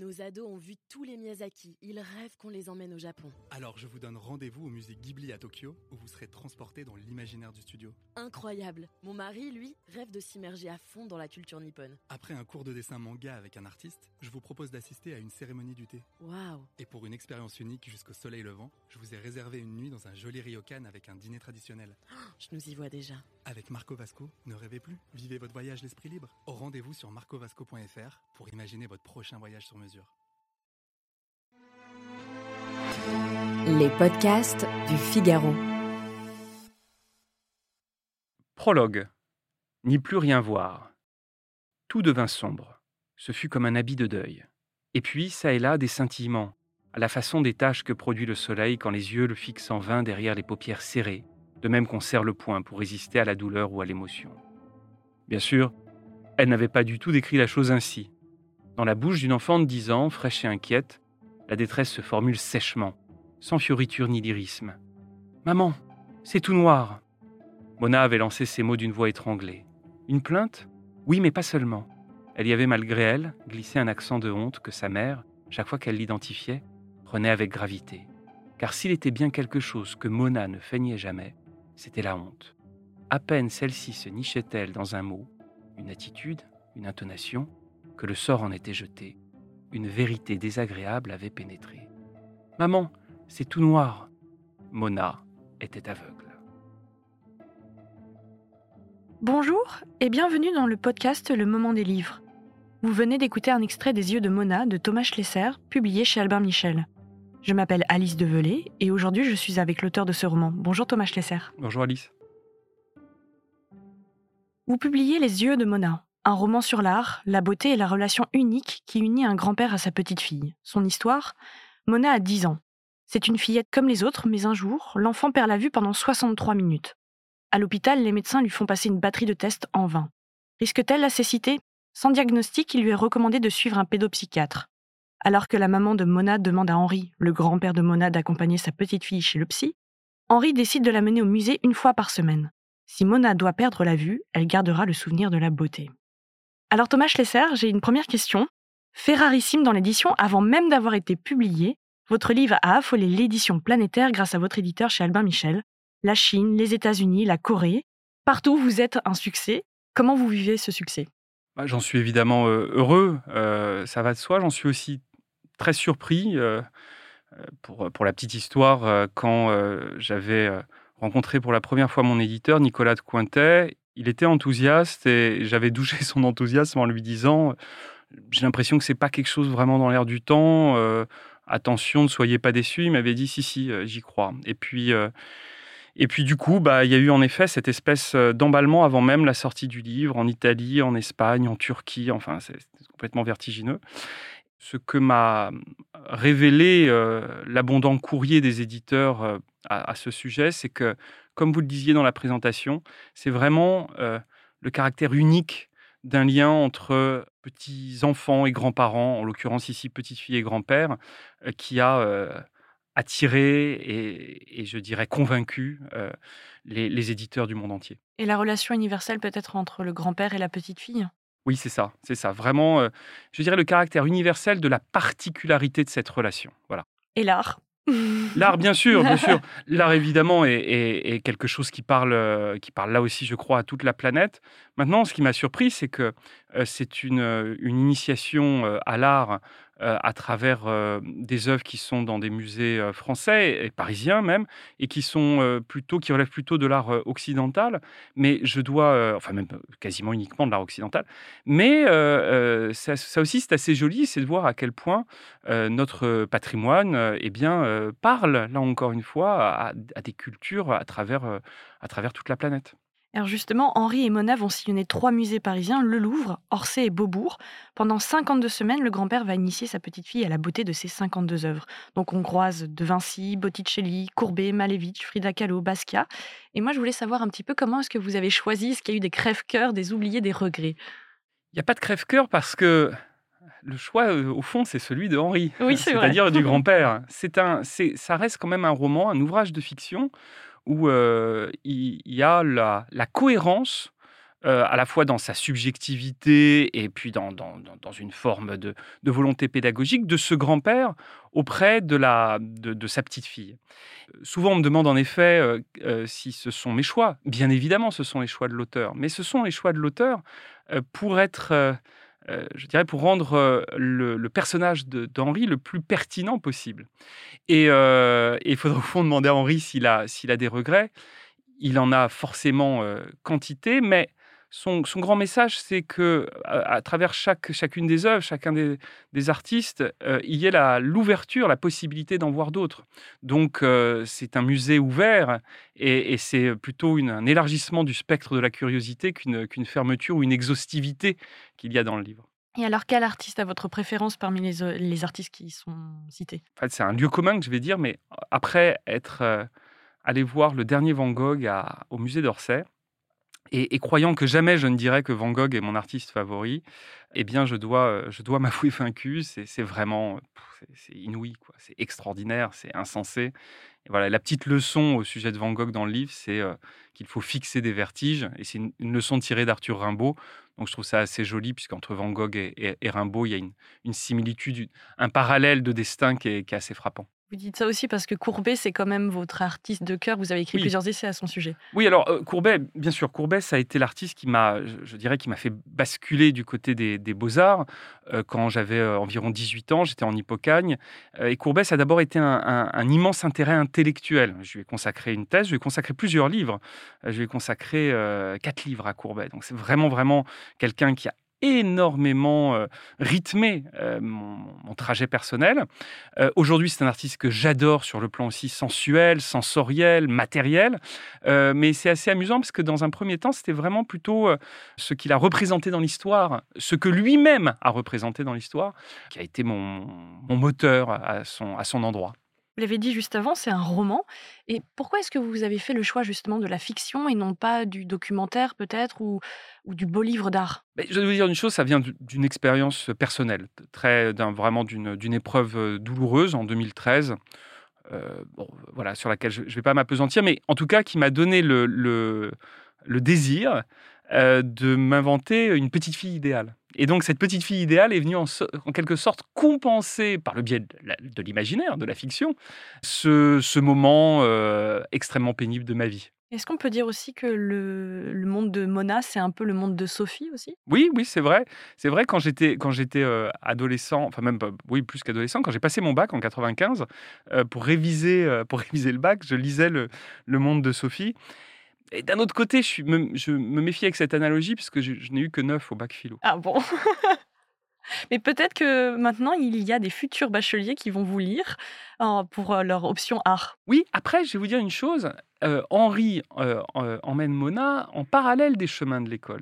Nos ados ont vu tous les Miyazaki. Ils rêvent qu'on les emmène au Japon. Alors je vous donne rendez-vous au musée Ghibli à Tokyo, où vous serez transportés dans l'imaginaire du studio. Incroyable. Mon mari, lui, rêve de s'immerger à fond dans la culture nippone. Après un cours de dessin manga avec un artiste, je vous propose d'assister à une cérémonie du thé. Waouh. Et pour une expérience unique jusqu'au soleil levant, je vous ai réservé une nuit dans un joli ryokan avec un dîner traditionnel. Je nous y vois déjà. Avec Marco Vasco, ne rêvez plus, vivez votre voyage l'esprit libre. Au rendez-vous sur marcovasco.fr pour imaginer votre prochain voyage sur mesure. Les podcasts du Figaro. Prologue. N'y plus rien voir. Tout devint sombre. Ce fut comme un habit de deuil. Et puis, çà et là, des scintillements, à la façon des taches que produit le soleil quand les yeux le fixent en vain derrière les paupières serrées, de même qu'on serre le poing pour résister à la douleur ou à l'émotion. Bien sûr, elle n'avait pas du tout décrit la chose ainsi. Dans la bouche d'une enfant de 10 ans, fraîche et inquiète, la détresse se formule sèchement, sans fioriture ni lyrisme. « Maman, c'est tout noir !» Mona avait lancé ces mots d'une voix étranglée. Une plainte ? Oui, mais pas seulement. Elle y avait, malgré elle, glissé un accent de honte que sa mère, chaque fois qu'elle l'identifiait, prenait avec gravité. Car s'il était bien quelque chose que Mona ne feignait jamais, c'était la honte. À peine celle-ci se nichait-elle dans un mot, une attitude, une intonation, que le sort en était jeté. Une vérité désagréable avait pénétré. « Maman, c'est tout noir !» Mona était aveugle. Bonjour et bienvenue dans le podcast Le Moment des livres. Vous venez d'écouter un extrait des Yeux de Mona de Thomas Schlesser, publié chez Albin Michel. Je m'appelle Alice Develay et aujourd'hui je suis avec l'auteur de ce roman. Bonjour Thomas Schlesser. Bonjour Alice. Vous publiez Les Yeux de Mona, un roman sur l'art, la beauté et la relation unique qui unit un grand-père à sa petite-fille. Son histoire ? Mona a 10 ans. C'est une fillette comme les autres, mais un jour, l'enfant perd la vue pendant 63 minutes. À l'hôpital, les médecins lui font passer une batterie de tests en vain. Risque-t-elle la cécité ? Sans diagnostic, il lui est recommandé de suivre un pédopsychiatre. Alors que la maman de Mona demande à Henri, le grand-père de Mona, d'accompagner sa petite-fille chez le psy, Henri décide de la mener au musée une fois par semaine. Si Mona doit perdre la vue, elle gardera le souvenir de la beauté. Alors Thomas Schlesser, j'ai une première question. Fait rarissime dans l'édition avant même d'avoir été publié, votre livre a affolé l'édition planétaire grâce à votre éditeur chez Albin Michel. La Chine, les États-Unis, la Corée. Partout, vous êtes un succès. Comment vous vivez ce succès ? J'en suis évidemment heureux, ça va de soi. J'en suis aussi très surpris. Pour la petite histoire, quand j'avais rencontré pour la première fois mon éditeur, Nicolas de Cointet, il était enthousiaste et j'avais douché son enthousiasme en lui disant « J'ai l'impression que ce n'est pas quelque chose vraiment dans l'air du temps. Attention, ne soyez pas déçus. » Il m'avait dit « Si, j'y crois. » Et puis du coup, il y a eu en effet cette espèce d'emballement avant même la sortie du livre, en Italie, en Espagne, en Turquie, enfin c'est complètement vertigineux. Ce que m'a révélé l'abondant courrier des éditeurs à ce sujet, c'est que, comme vous le disiez dans la présentation, c'est vraiment le caractère unique d'un lien entre petits-enfants et grands-parents, en l'occurrence ici petite-fille et grand-père, qui a attiré et je dirais convaincu les éditeurs du monde entier. Et la relation universelle peut-être entre le grand-père et la petite-fille ? Oui, c'est ça. Vraiment, je dirais le caractère universel de la particularité de cette relation. Voilà. Et l'art ? L'art, bien sûr. L'art, évidemment, est quelque chose qui parle là aussi, je crois, à toute la planète. Maintenant, ce qui m'a surpris, c'est que c'est une initiation à l'art à travers des œuvres qui sont dans des musées français et parisiens même, et qui relèvent plutôt de l'art occidental. Mais je dois, enfin même quasiment uniquement de l'art occidental. Mais ça aussi, c'est assez joli, c'est de voir à quel point notre patrimoine, parle, là encore une fois, à des cultures à travers toute la planète. Alors justement, Henri et Mona vont sillonner 3 musées parisiens, le Louvre, Orsay et Beaubourg. Pendant 52 semaines, le grand-père va initier sa petite-fille à la beauté de ses 52 œuvres. Donc on croise De Vinci, Botticelli, Courbet, Malevich, Frida Kahlo, Basquiat. Et moi, je voulais savoir un petit peu comment est-ce que vous avez choisi, est-ce qu'il y a eu des crève-cœurs, des oubliés, des regrets ? Il n'y a pas de crève-cœur parce que le choix, au fond, c'est celui de Henri, oui, c'est-à-dire du grand-père. Ça reste quand même un roman, un ouvrage de fiction où il y a la cohérence à la fois dans sa subjectivité et puis dans une forme de volonté pédagogique, de ce grand-père auprès de sa petite-fille. Souvent, on me demande en effet si ce sont mes choix. Bien évidemment, ce sont les choix de l'auteur, mais ce sont les choix de l'auteur pour être... je dirais pour rendre le personnage d'Henri le plus pertinent possible. Et il faudrait au fond demander à Henri s'il a des regrets. Il en a forcément quantité, mais son grand message, c'est qu'à travers chacune des œuvres, chacun des artistes, il y ait l'ouverture, la possibilité d'en voir d'autres. Donc, c'est un musée ouvert et c'est plutôt un élargissement du spectre de la curiosité qu'une fermeture ou une exhaustivité qu'il y a dans le livre. Et alors, quel artiste a votre préférence parmi les artistes qui sont cités? En fait, c'est un lieu commun que je vais dire, mais après être allé voir le dernier Van Gogh au musée d'Orsay, et croyant que jamais je ne dirais que Van Gogh est mon artiste favori, eh bien, je dois m'avouer vaincu. C'est vraiment, c'est inouï, quoi. C'est extraordinaire, c'est insensé. Et voilà, la petite leçon au sujet de Van Gogh dans le livre, c'est qu'il faut fixer des vertiges. Et c'est une leçon tirée d'Arthur Rimbaud. Donc, je trouve ça assez joli, puisqu'entre Van Gogh et Rimbaud, il y a une similitude, un parallèle de destin qui est assez frappant. Vous dites ça aussi parce que Courbet, c'est quand même votre artiste de cœur. Vous avez écrit Oui. plusieurs essais à son sujet. Oui, alors Courbet, bien sûr, Courbet, ça a été l'artiste qui je dirais, qui m'a fait basculer du côté des beaux-arts. Quand j'avais environ 18 ans, j'étais en Hippocagne. Et Courbet, ça a d'abord été un immense intérêt intellectuel. Je lui ai consacré une thèse, je lui ai consacré plusieurs livres. Je lui ai consacré 4 livres à Courbet. Donc c'est vraiment, vraiment quelqu'un qui a énormément rythmé mon trajet personnel. Aujourd'hui, c'est un artiste que j'adore sur le plan aussi sensuel, sensoriel, matériel. Mais c'est assez amusant parce que dans un premier temps, c'était vraiment plutôt ce qu'il a représenté dans l'histoire, ce que lui-même a représenté dans l'histoire, qui a été mon moteur à son endroit. Vous l'avez dit juste avant, c'est un roman. Et pourquoi est-ce que vous avez fait le choix justement de la fiction et non pas du documentaire peut-être ou du beau livre d'art? Je dois vous dire une chose, ça vient d'une expérience personnelle, vraiment d'une épreuve douloureuse en 2013. Voilà, sur laquelle je ne vais pas m'appesantir, mais en tout cas qui m'a donné le désir de m'inventer une petite fille idéale. Et donc cette petite fille idéale est venue en quelque sorte compenser, par le biais de l'imaginaire, de la fiction, ce moment extrêmement pénible de ma vie. Est-ce qu'on peut dire aussi que le monde de Mona, c'est un peu le monde de Sophie aussi? Oui, c'est vrai. C'est vrai, quand j'étais adolescent, enfin même oui, plus qu'adolescent, quand j'ai passé mon bac en 95, pour réviser le bac, je lisais le monde de Sophie. Et d'un autre côté, je me méfie avec cette analogie puisque je n'ai eu que 9 au bac philo. Ah bon? Mais peut-être que maintenant, il y a des futurs bacheliers qui vont vous lire pour leur option art. Oui, après, je vais vous dire une chose. Henri emmène Mona en parallèle des chemins de l'école.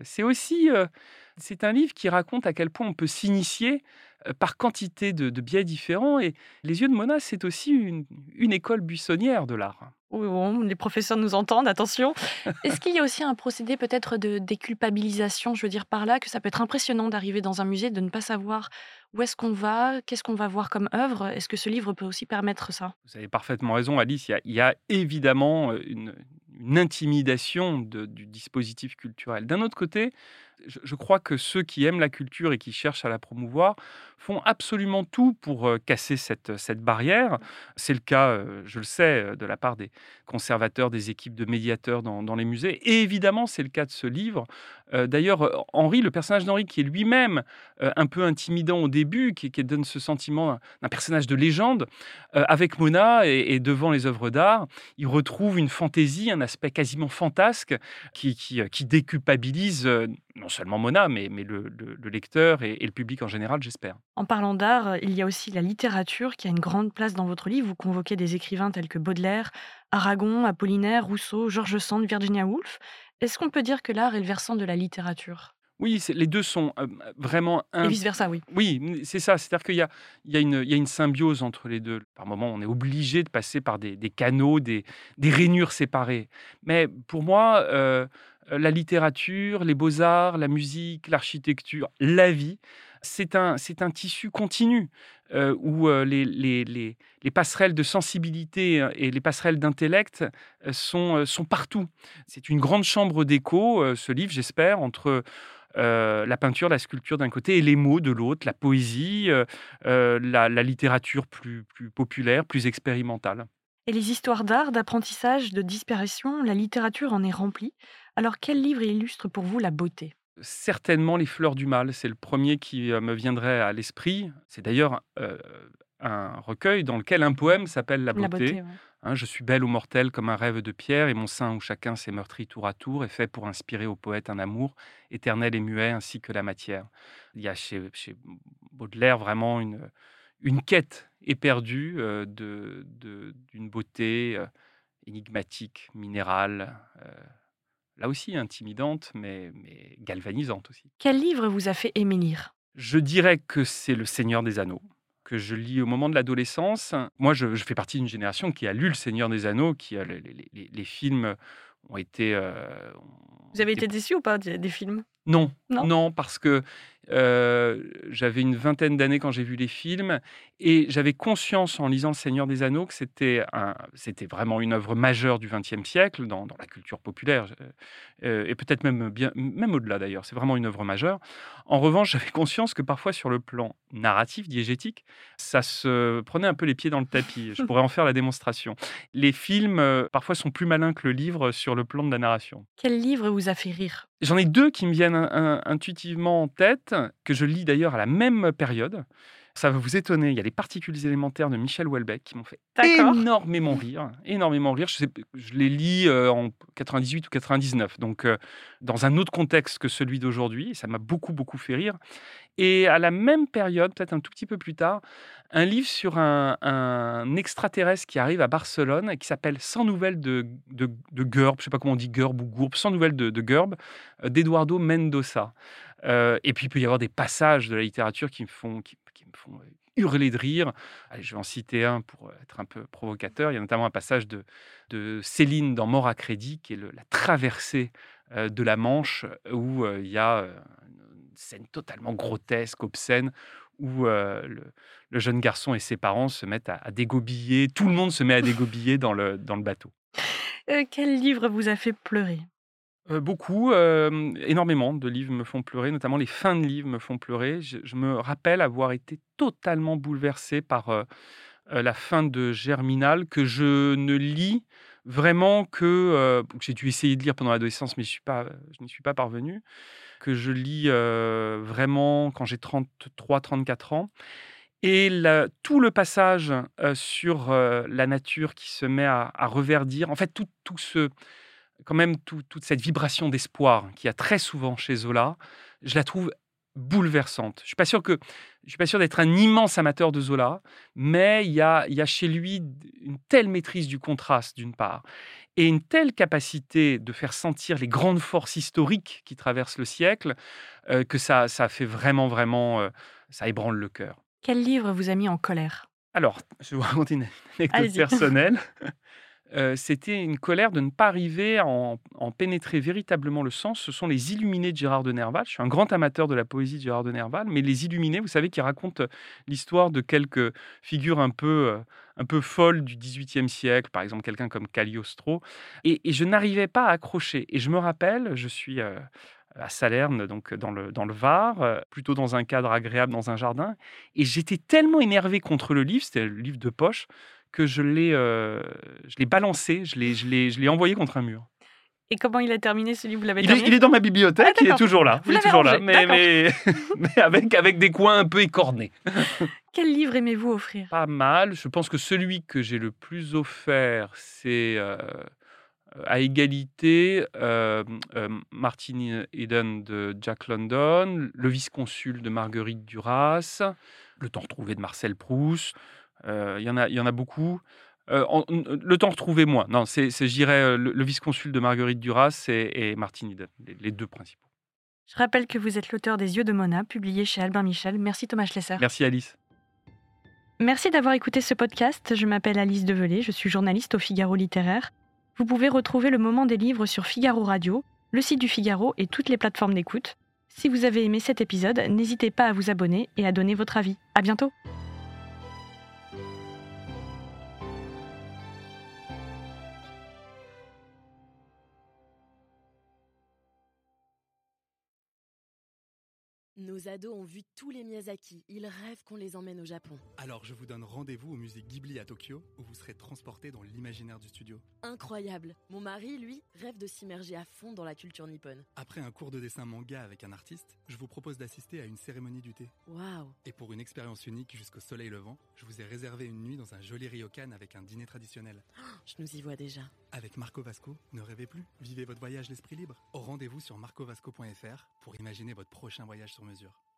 C'est un livre qui raconte à quel point on peut s'initier par quantité de biais différents. Et Les yeux de Mona, c'est aussi une école buissonnière de l'art. Oui, bon, les professeurs nous entendent, attention. Est-ce qu'il y a aussi un procédé peut-être de déculpabilisation? Je veux dire par là que ça peut être impressionnant d'arriver dans un musée, de ne pas savoir où est-ce qu'on va, qu'est-ce qu'on va voir comme œuvre. Est-ce que ce livre peut aussi permettre ça? Vous avez parfaitement raison, Alice. Il y a évidemment une intimidation du dispositif culturel. D'un autre côté, je crois que ceux qui aiment la culture et qui cherchent à la promouvoir font absolument tout pour casser cette barrière. C'est le cas, je le sais, de la part des conservateurs, des équipes de médiateurs dans les musées. Et évidemment, c'est le cas de ce livre. D'ailleurs, Henri, le personnage d'Henri, qui est lui-même un peu intimidant au début, qui donne ce sentiment d'un personnage de légende, avec Mona et devant les œuvres d'art, il retrouve une fantaisie, un aspect quasiment fantasque qui déculpabilise non seulement Mona, mais le lecteur et le public en général, j'espère. En parlant d'art, il y a aussi la littérature qui a une grande place dans votre livre. Vous convoquez des écrivains tels que Baudelaire, Aragon, Apollinaire, Rousseau, George Sand, Virginia Woolf. Est-ce qu'on peut dire que l'art est le versant de la littérature? Oui, les deux sont vraiment... Et vice-versa, oui. Oui, c'est ça. C'est-à-dire qu'il y a une symbiose entre les deux. Par moments, on est obligé de passer par des canaux, des rainures séparées. Mais pour moi, la littérature, les beaux-arts, la musique, l'architecture, la vie, c'est un tissu continu. où les passerelles de sensibilité et les passerelles d'intellect sont partout. C'est une grande chambre d'écho, ce livre, j'espère, entre la peinture, la sculpture d'un côté et les mots de l'autre, la poésie, la littérature plus populaire, plus expérimentale. Et les histoires d'art, d'apprentissage, de disparition, la littérature en est remplie. Alors quel livre illustre pour vous la beauté ? Certainement Les Fleurs du Mal, c'est le premier qui me viendrait à l'esprit. C'est d'ailleurs un recueil dans lequel un poème s'appelle La beauté. ouais. Hein, je suis belle ou mortelle comme un rêve de pierre, et mon sein où chacun s'est meurtri tour à tour est fait pour inspirer au poète un amour éternel et muet ainsi que la matière. Il y a chez Baudelaire vraiment une quête éperdue d'une beauté énigmatique, minérale, là aussi intimidante, mais galvanisante aussi. Quel livre vous a fait aimer lire ? Je dirais que c'est Le Seigneur des Anneaux, que je lis au moment de l'adolescence. Moi, je fais partie d'une génération qui a lu Le Seigneur des Anneaux, les films ont été... Vous avez été déçu ou pas des films ? Non, Non. non, parce que j'avais une vingtaine d'années quand j'ai vu les films, et j'avais conscience en lisant Le Seigneur des Anneaux que c'était vraiment une œuvre majeure du XXe siècle dans la culture populaire, et peut-être même au-delà d'ailleurs. C'est vraiment une œuvre majeure. En revanche, j'avais conscience que parfois sur le plan narratif, diégétique, ça se prenait un peu les pieds dans le tapis. Je pourrais en faire la démonstration. Les films parfois sont plus malins que le livre sur le plan de la narration. Quel livre vous a fait rire ? J'en ai deux qui me viennent intuitivement en tête, que je lis d'ailleurs à la même période. Ça va vous étonner, il y a Les Particules élémentaires de Michel Houellebecq qui m'ont fait énormément rire. Je les lis en 98 ou 99, donc dans un autre contexte que celui d'aujourd'hui. Ça m'a beaucoup, beaucoup fait rire. Et à la même période, peut-être un tout petit peu plus tard, un livre sur un extraterrestre qui arrive à Barcelone et qui s'appelle 100 nouvelles de Gerb, je ne sais pas comment on dit Gerb ou Gourb, 100 nouvelles de Gerb, d'Eduardo Mendoza. Et puis il peut y avoir des passages de la littérature qui me font hurler de rire. Allez, je vais en citer un pour être un peu provocateur. Il y a notamment un passage de Céline dans Mort à crédit, qui est la traversée de la Manche, où il y a une scène totalement grotesque, obscène, où le jeune garçon et ses parents se mettent à dégobiller. Tout le monde se met à dégobiller dans le bateau. Quel livre vous a fait pleurer ? Beaucoup, énormément de livres me font pleurer, notamment les fins de livres me font pleurer. Je me rappelle avoir été totalement bouleversé par la fin de Germinal, que je ne lis vraiment que j'ai dû essayer de lire pendant l'adolescence, mais je n'y suis pas parvenu, que je lis vraiment quand j'ai 33-34 ans. Et tout le passage sur la nature qui se met à reverdir, en fait, toute cette vibration d'espoir qu'il y a très souvent chez Zola, je la trouve bouleversante. Je suis pas sûr d'être un immense amateur de Zola, mais il y a chez lui une telle maîtrise du contraste, d'une part, et une telle capacité de faire sentir les grandes forces historiques qui traversent le siècle, que ça fait vraiment, vraiment, ça ébranle le cœur. Quel livre vous a mis en colère ? Alors, je vais vous raconter une anecdote Allez-y. personnelle. C'était une colère de ne pas arriver à en pénétrer véritablement le sens. Ce sont les Illuminés de Gérard de Nerval. Je suis un grand amateur de la poésie de Gérard de Nerval, mais les Illuminés, vous savez, qui racontent l'histoire de quelques figures un peu folles du XVIIIe siècle, par exemple quelqu'un comme Cagliostro, et je n'arrivais pas à accrocher. Et je me rappelle, je suis à Salerne, donc dans le Var, plutôt dans un cadre agréable, dans un jardin, et j'étais tellement énervé contre le livre, c'était le livre de poche, que je l'ai balancé, je l'ai envoyé contre un mur. Et comment il a terminé ce livre ? Vous l'avez Il terminé ? est dans ma bibliothèque, il est toujours là. Vous Il est l'avez toujours là, rangé, mais avec des coins un peu écornés. Quel livre aimez-vous offrir ? Pas mal. Je pense que celui que j'ai le plus offert, c'est à égalité Martin Eden de Jack London, Le Vice-Consul de Marguerite Duras, Le Temps retrouvé de Marcel Proust. Il y en a beaucoup. Le Temps retrouvé, moins. Non, je dirais le Vice-Consul de Marguerite Duras et Martin Eden, les deux principaux. Je rappelle que vous êtes l'auteur des Yeux de Mona, publié chez Albin Michel. Merci Thomas Schlesser. Merci Alice. Merci d'avoir écouté ce podcast. Je m'appelle Alice Develay, je suis journaliste au Figaro Littéraire. Vous pouvez retrouver le moment des livres sur Figaro Radio, le site du Figaro et toutes les plateformes d'écoute. Si vous avez aimé cet épisode, n'hésitez pas à vous abonner et à donner votre avis. À bientôt. Nos ados ont vu tous les Miyazaki. Ils rêvent qu'on les emmène au Japon. Alors je vous donne rendez-vous au musée Ghibli à Tokyo, où vous serez transporté dans l'imaginaire du studio. Incroyable. Mon mari, lui, rêve de s'immerger à fond dans la culture nippone. Après un cours de dessin manga avec un artiste, je vous propose d'assister à une cérémonie du thé. Waouh. Et pour une expérience unique jusqu'au soleil levant, je vous ai réservé une nuit dans un joli ryokan avec un dîner traditionnel. Je nous y vois déjà. Avec Marco Vasco, ne rêvez plus, vivez votre voyage l'esprit libre. Au rendez-vous sur marcovasco.fr pour imaginer votre prochain voyage sur mesure.